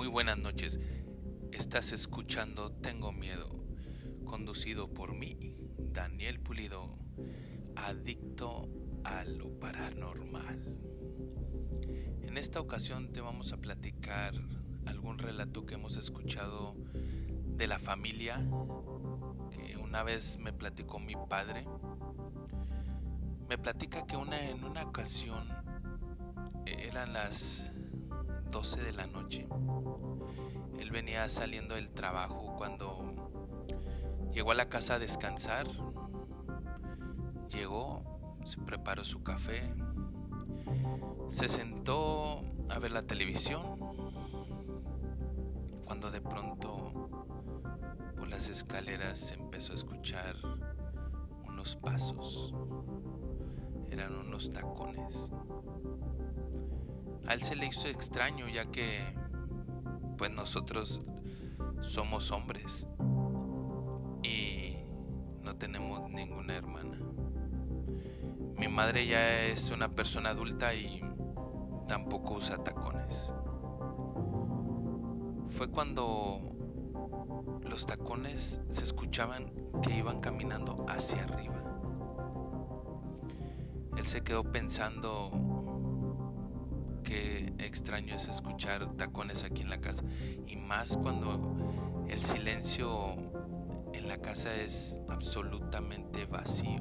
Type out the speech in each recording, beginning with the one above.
Muy buenas noches. Estás escuchando Tengo Miedo, conducido por mí, Daniel Pulido, adicto a lo paranormal. En esta ocasión te vamos a platicar algún relato que hemos escuchado de la familia, que una vez me platicó mi padre. Me platica que en una ocasión eran las 12 de la noche. Él venía saliendo del trabajo cuando llegó a la casa a descansar. Llegó, se preparó su café, se sentó a ver la televisión, cuando de pronto por las escaleras se empezó a escuchar unos pasos. Eran unos tacones. A él se le hizo extraño, ya que pues nosotros somos hombres y no tenemos ninguna hermana. Mi madre ya es una persona adulta y tampoco usa tacones. Fue cuando los tacones se escuchaban que iban caminando hacia arriba. Él se quedó pensando: qué extraño es escuchar tacones aquí en la casa, y más cuando el silencio en la casa es absolutamente vacío.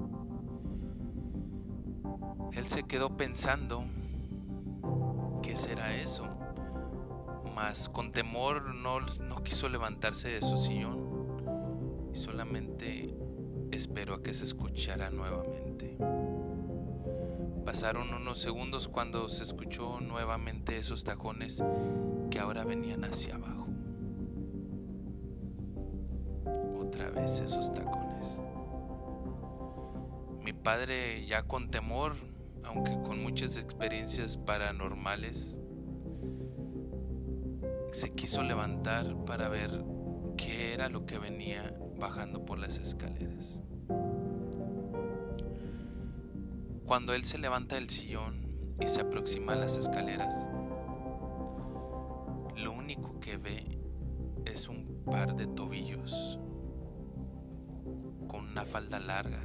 Él se quedó pensando: ¿qué será eso? Mas con temor no quiso levantarse de su sillón y solamente esperó a que se escuchara nuevamente. Pasaron unos segundos cuando se escuchó nuevamente esos tacones que ahora venían hacia abajo. Otra vez esos tacones. Mi padre, ya con temor, aunque con muchas experiencias paranormales, se quiso levantar para ver qué era lo que venía bajando por las escaleras. Cuando él se levanta del sillón y se aproxima a las escaleras, lo único que ve es un par de tobillos con una falda larga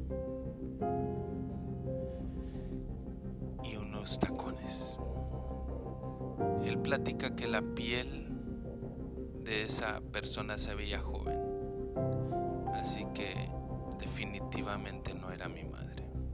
y unos tacones. Él platica que la piel de esa persona se veía joven, así que definitivamente no era mi madre.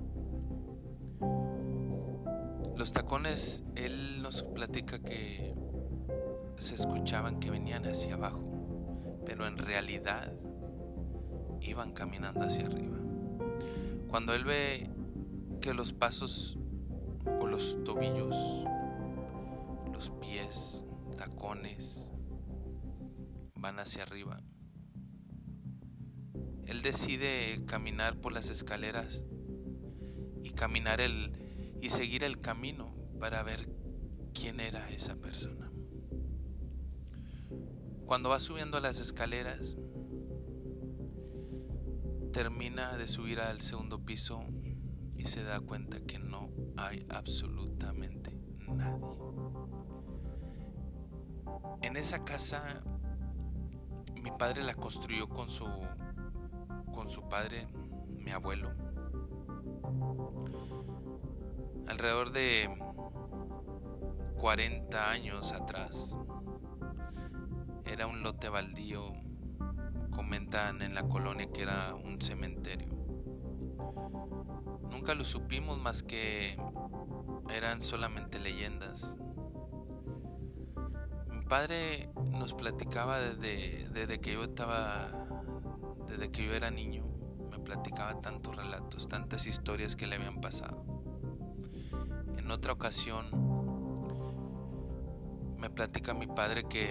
Los tacones, él nos platica que se escuchaban que venían hacia abajo, pero en realidad iban caminando hacia arriba. Cuando él ve que los pasos o los tobillos, los pies, tacones van hacia arriba, él decide caminar por las escaleras y seguir el camino para ver quién era esa persona. Cuando va subiendo las escaleras, termina de subir al segundo piso y se da cuenta que no hay absolutamente nadie. En esa casa, mi padre la construyó con su padre, mi abuelo, alrededor de 40 años atrás. Era un lote baldío. Comentan en la colonia que era un cementerio. Nunca lo supimos, más que eran solamente leyendas. Mi padre nos platicaba desde que yo era niño. Me platicaba tantos relatos, tantas historias que le habían pasado. En otra ocasión me platica mi padre que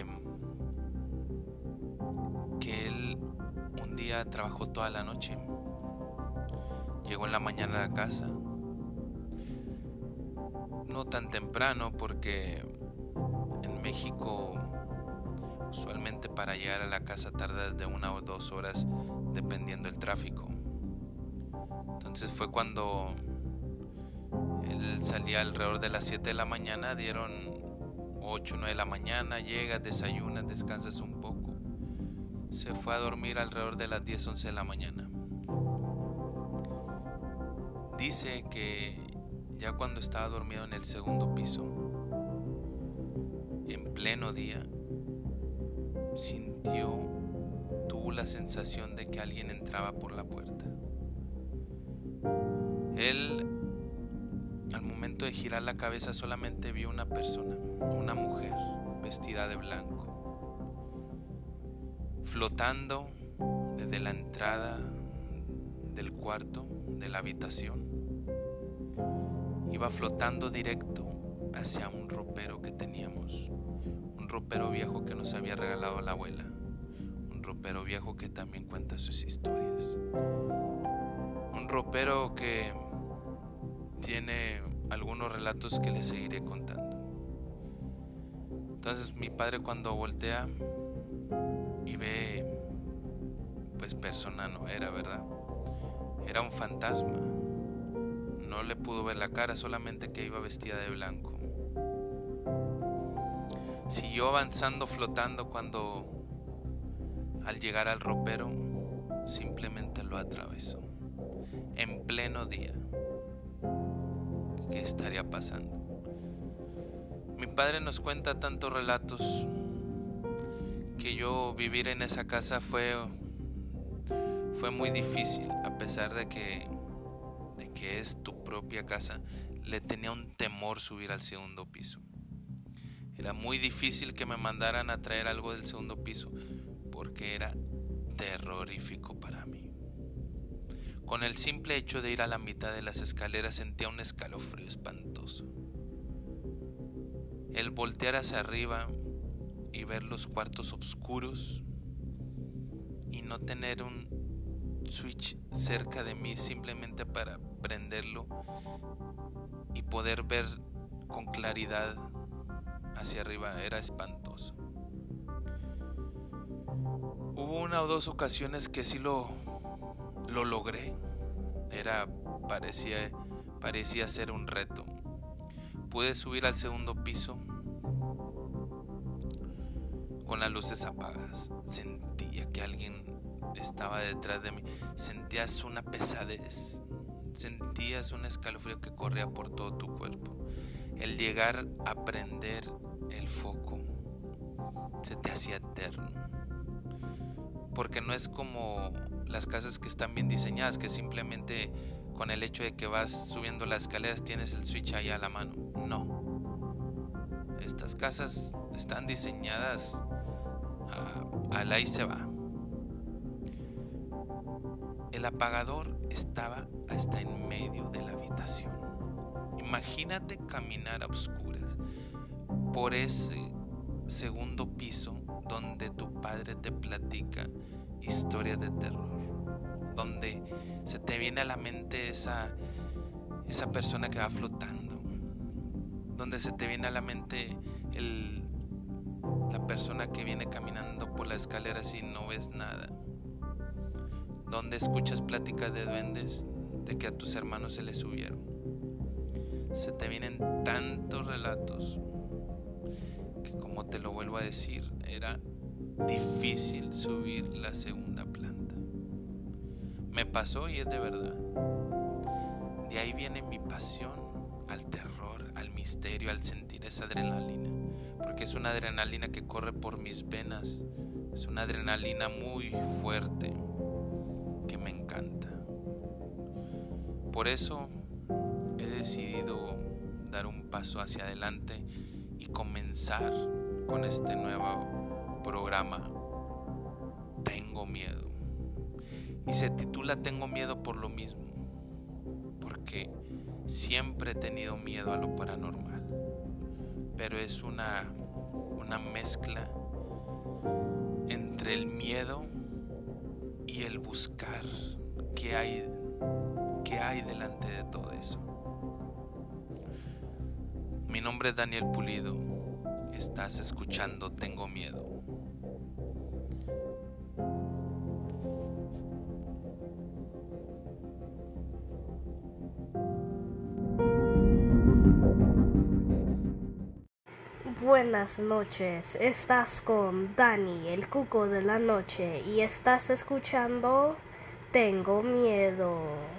él un día trabajó toda la noche, llegó en la mañana a la casa, no tan temprano porque en México usualmente para llegar a la casa tardas de 1 o 2 horas dependiendo del tráfico. Entonces fue cuando él salía alrededor de las 7 de la mañana, dieron 8 o 9 de la mañana, llegas, desayunas, descansas un poco. Se fue a dormir alrededor de las 10, 11 de la mañana. Dice que ya cuando estaba dormido en el segundo piso, en pleno día, tuvo la sensación de que alguien entraba por la puerta. Él, al momento de girar la cabeza, solamente vio una persona, una mujer vestida de blanco, flotando desde la entrada del cuarto, de la habitación. Iba flotando directo hacia un ropero que teníamos, un ropero viejo que nos había regalado la abuela, un ropero viejo que también cuenta sus historias, un ropero que tiene algunos relatos que les seguiré contando. Entonces mi padre, cuando voltea y ve, pues persona no era, ¿verdad? Era un fantasma. No le pudo ver la cara, solamente que iba vestida de blanco. Siguió avanzando, flotando, cuando al llegar al ropero simplemente lo atravesó. En pleno día. ¿Qué estaría pasando? Mi padre nos cuenta tantos relatos que yo vivir en esa casa fue muy difícil. A pesar de que es tu propia casa, le tenía un temor subir al segundo piso. Era muy difícil que me mandaran a traer algo del segundo piso, porque era terrorífico para mí. Con el simple hecho de ir a la mitad de las escaleras sentía un escalofrío espantoso. El voltear hacia arriba y ver los cuartos oscuros y no tener un switch cerca de mí simplemente para prenderlo y poder ver con claridad hacia arriba era espantoso. Hubo una o dos ocasiones que sí lo logré. Parecía ser un reto. Pude subir al segundo piso con las luces apagadas. Sentía que alguien estaba detrás de mí. Sentías una pesadez. Sentías un escalofrío que corría por todo tu cuerpo. El llegar a prender el foco se te hacía eterno. Porque no es como las casas que están bien diseñadas, que simplemente con el hecho de que vas subiendo las escaleras tienes el switch ahí a la mano. No. Estas casas están diseñadas al ahí se va. El apagador estaba hasta en medio de la habitación. Imagínate caminar a oscuras por ese segundo piso donde tu padre te platica historias de terror, donde se te viene a la mente esa persona que va flotando, donde se te viene a la mente la persona que viene caminando por la escalera y no ves nada, donde escuchas pláticas de duendes de que a tus hermanos se les subieron. Se te vienen tantos relatos que, como te lo vuelvo a decir, era difícil subir la segunda planta. Me pasó y es de verdad. De ahí viene mi pasión al terror, al misterio, al sentir esa adrenalina, porque es una adrenalina que corre por mis venas. Es una adrenalina muy fuerte que me encanta. Por eso he decidido dar un paso hacia adelante y comenzar con este nuevo programa, Tengo Miedo. Y se titula Tengo Miedo por lo mismo, porque siempre he tenido miedo a lo paranormal, pero es una mezcla entre el miedo y el buscar qué hay delante de todo eso. Mi nombre es Daniel Pulido. Estás escuchando Tengo Miedo. buenas noches. Estás con Dani, el cuco de la noche, y estás escuchando Tengo Miedo.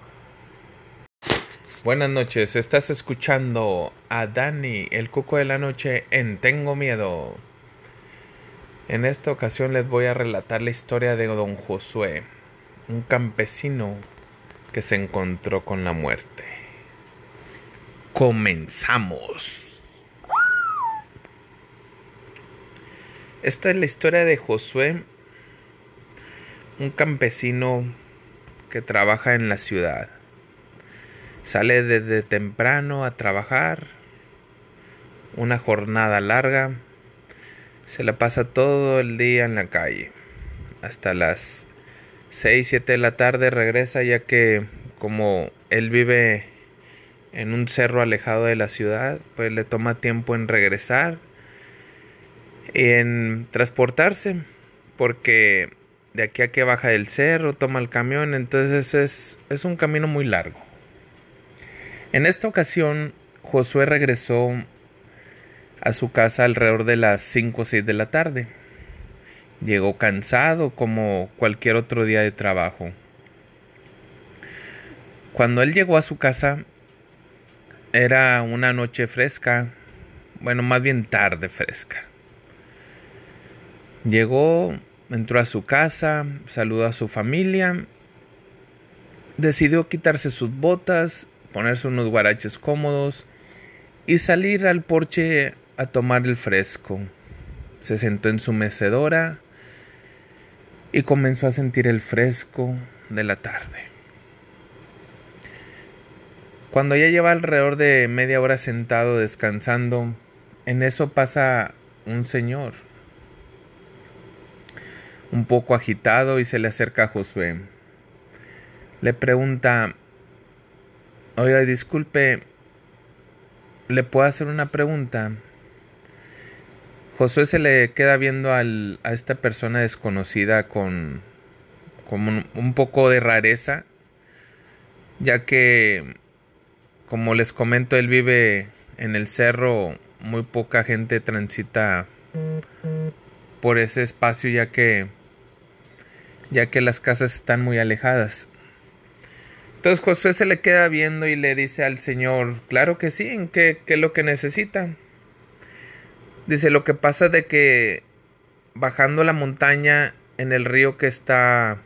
Buenas noches, estás escuchando a Dani, el cuco de la noche en Tengo Miedo. En esta ocasión les voy a relatar la historia de don Josué, un campesino que se encontró con la muerte. Comenzamos. Esta es la historia de Josué, un campesino que trabaja en la ciudad. Sale desde temprano a trabajar, una jornada larga, se la pasa todo el día en la calle. Hasta las 6, 7 de la tarde regresa, ya que como él vive en un cerro alejado de la ciudad, pues le toma tiempo en regresar y en transportarse, porque de aquí a que baja del cerro, toma el camión, entonces es un camino muy largo. En esta ocasión, Josué regresó a su casa alrededor de las 5 o 6 de la tarde. Llegó cansado como cualquier otro día de trabajo. Cuando él llegó a su casa, era una noche fresca, bueno, más bien tarde fresca. Llegó, entró a su casa, saludó a su familia, decidió quitarse sus botas, ponerse unos guaraches cómodos y salir al porche a tomar el fresco. Se sentó en su mecedora y comenzó a sentir el fresco de la tarde. Cuando ya lleva alrededor de media hora sentado descansando, en eso pasa un señor, un poco agitado, y se le acerca a Josué. Le pregunta: oiga, disculpe, ¿le puedo hacer una pregunta? Josué se le queda viendo a esta persona desconocida con un poco de rareza, ya que, como les comento, él vive en el cerro, muy poca gente transita por ese espacio, ya que las casas están muy alejadas. Entonces Josué se le queda viendo y le dice al señor: claro que sí, ¿en qué es lo que necesita? Dice: lo que pasa de que bajando la montaña en el río que está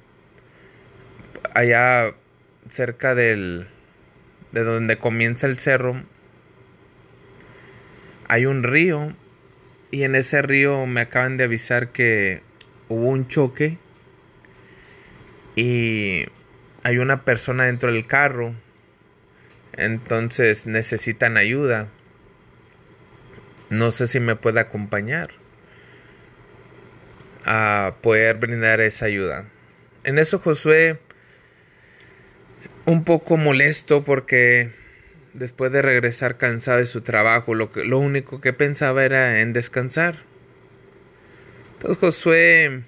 allá cerca de donde comienza el cerro, hay un río, y en ese río me acaban de avisar que hubo un choque y hay una persona dentro del carro, entonces necesitan ayuda. No sé si me puede acompañar a poder brindar esa ayuda. En eso Josué, un poco molesto porque después de regresar cansado de su trabajo, lo único que pensaba era en descansar. Entonces Josué,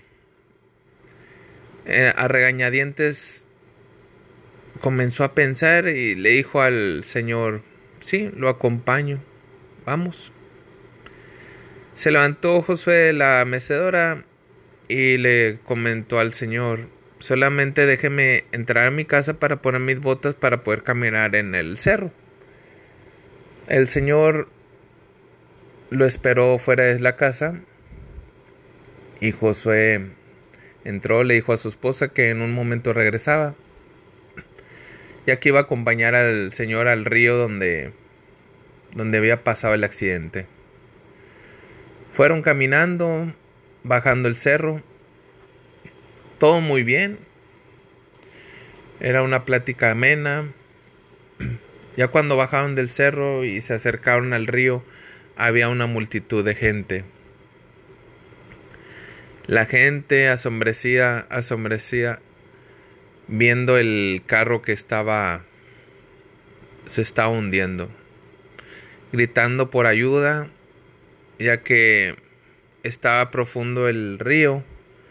a regañadientes, comenzó a pensar y le dijo al señor: sí, lo acompaño, vamos. Se levantó Josué de la mecedora y le comentó al señor: solamente déjeme entrar a mi casa para poner mis botas para poder caminar en el cerro. El señor lo esperó fuera de la casa y Josué entró, le dijo a su esposa que en un momento regresaba, ya que iba a acompañar al señor al río donde había pasado el accidente. Fueron caminando, bajando el cerro, todo muy bien. Era una plática amena. Ya cuando bajaron del cerro y se acercaron al río, había una multitud de gente. La gente asombrecida, viendo el carro que se estaba hundiendo, gritando por ayuda, ya que estaba profundo el río,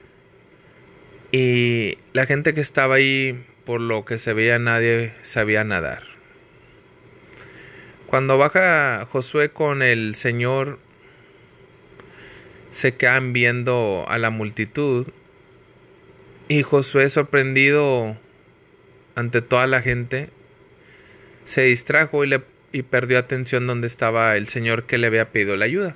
y la gente que estaba ahí, por lo que se veía, nadie sabía nadar. Cuando baja Josué con el señor, se quedan viendo a la multitud y Josué, sorprendido ante toda la gente, se distrajo y perdió atención donde estaba el Señor que le había pedido la ayuda.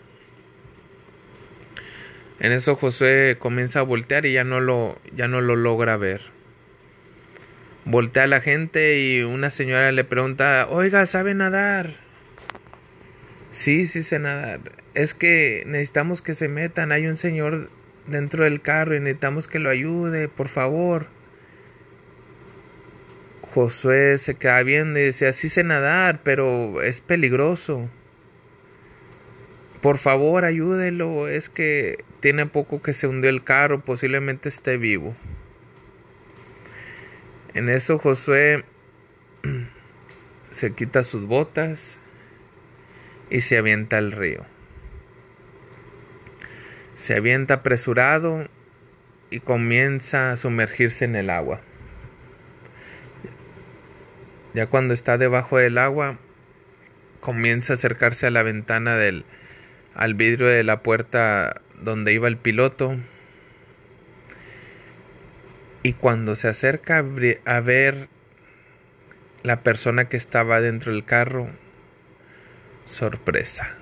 En eso Josué comienza a voltear y ya no lo logra ver. Voltea a la gente y una señora le pregunta: oiga, ¿sabe nadar? Sí, sí sé nadar. Es que necesitamos que se metan. Hay un señor dentro del carro y necesitamos que lo ayude, por favor. Josué se queda viendo y decía: sí sé nadar, pero es peligroso. Por favor, ayúdelo. Es que tiene poco que se hundió el carro, posiblemente esté vivo. En eso Josué se quita sus botas y se avienta al río. Se avienta apresurado y comienza a sumergirse en el agua. Ya cuando está debajo del agua, comienza a acercarse a la ventana al vidrio de la puerta donde iba el piloto. Y cuando se acerca a ver la persona que estaba dentro del carro, sorpresa.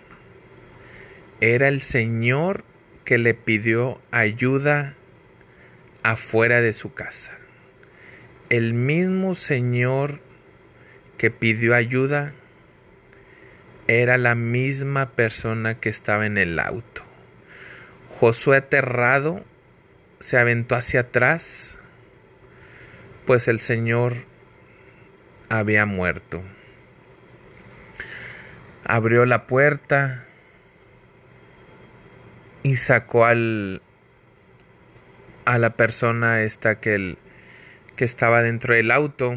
Era el señor que le pidió ayuda afuera de su casa. El mismo señor que pidió ayuda era la misma persona que estaba en el auto. Josué, aterrado, se aventó hacia atrás, pues el señor había muerto. Abrió la puerta y sacó a la persona esta que estaba dentro del auto.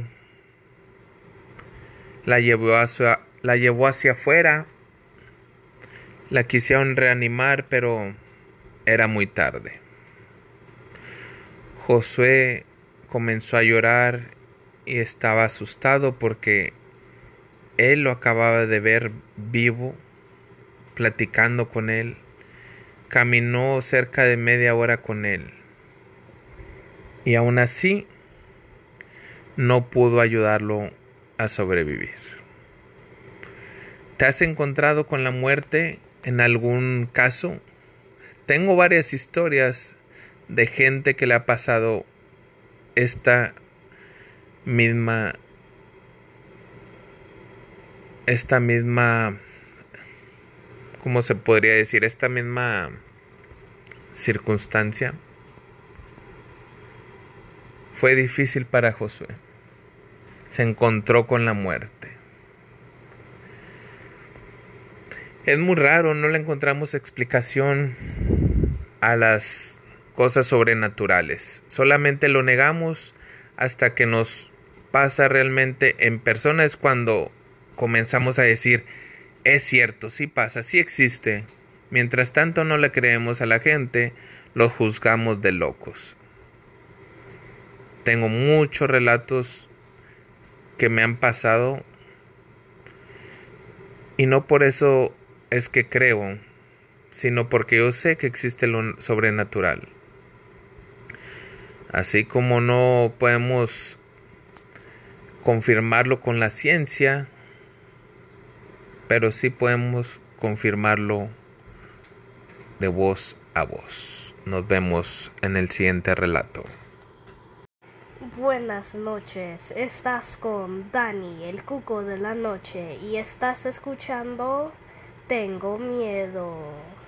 La llevó hacia afuera. La quisieron reanimar, pero era muy tarde. Josué comenzó a llorar y estaba asustado porque él lo acababa de ver vivo, platicando con él. Caminó cerca de media hora con él. Y aún así, no pudo ayudarlo a sobrevivir. ¿Te has encontrado con la muerte en algún caso? Tengo varias historias de gente que le ha pasado esta misma, ¿cómo se podría decir? Esta misma circunstancia. Fue difícil para Josué. Se encontró con la muerte. Es muy raro, no le encontramos explicación a las cosas sobrenaturales. Solamente lo negamos hasta que nos pasa realmente en persona. Es cuando comenzamos a decir: es cierto, sí pasa, sí existe. Mientras tanto no le creemos a la gente, los juzgamos de locos. Tengo muchos relatos que me han pasado y no por eso es que creo, sino porque yo sé que existe lo sobrenatural. Así como no podemos confirmarlo con la ciencia, pero sí podemos confirmarlo de voz a voz. Nos vemos en el siguiente relato. Buenas noches, estás con Dani, el cuco de la noche, y estás escuchando Tengo Miedo.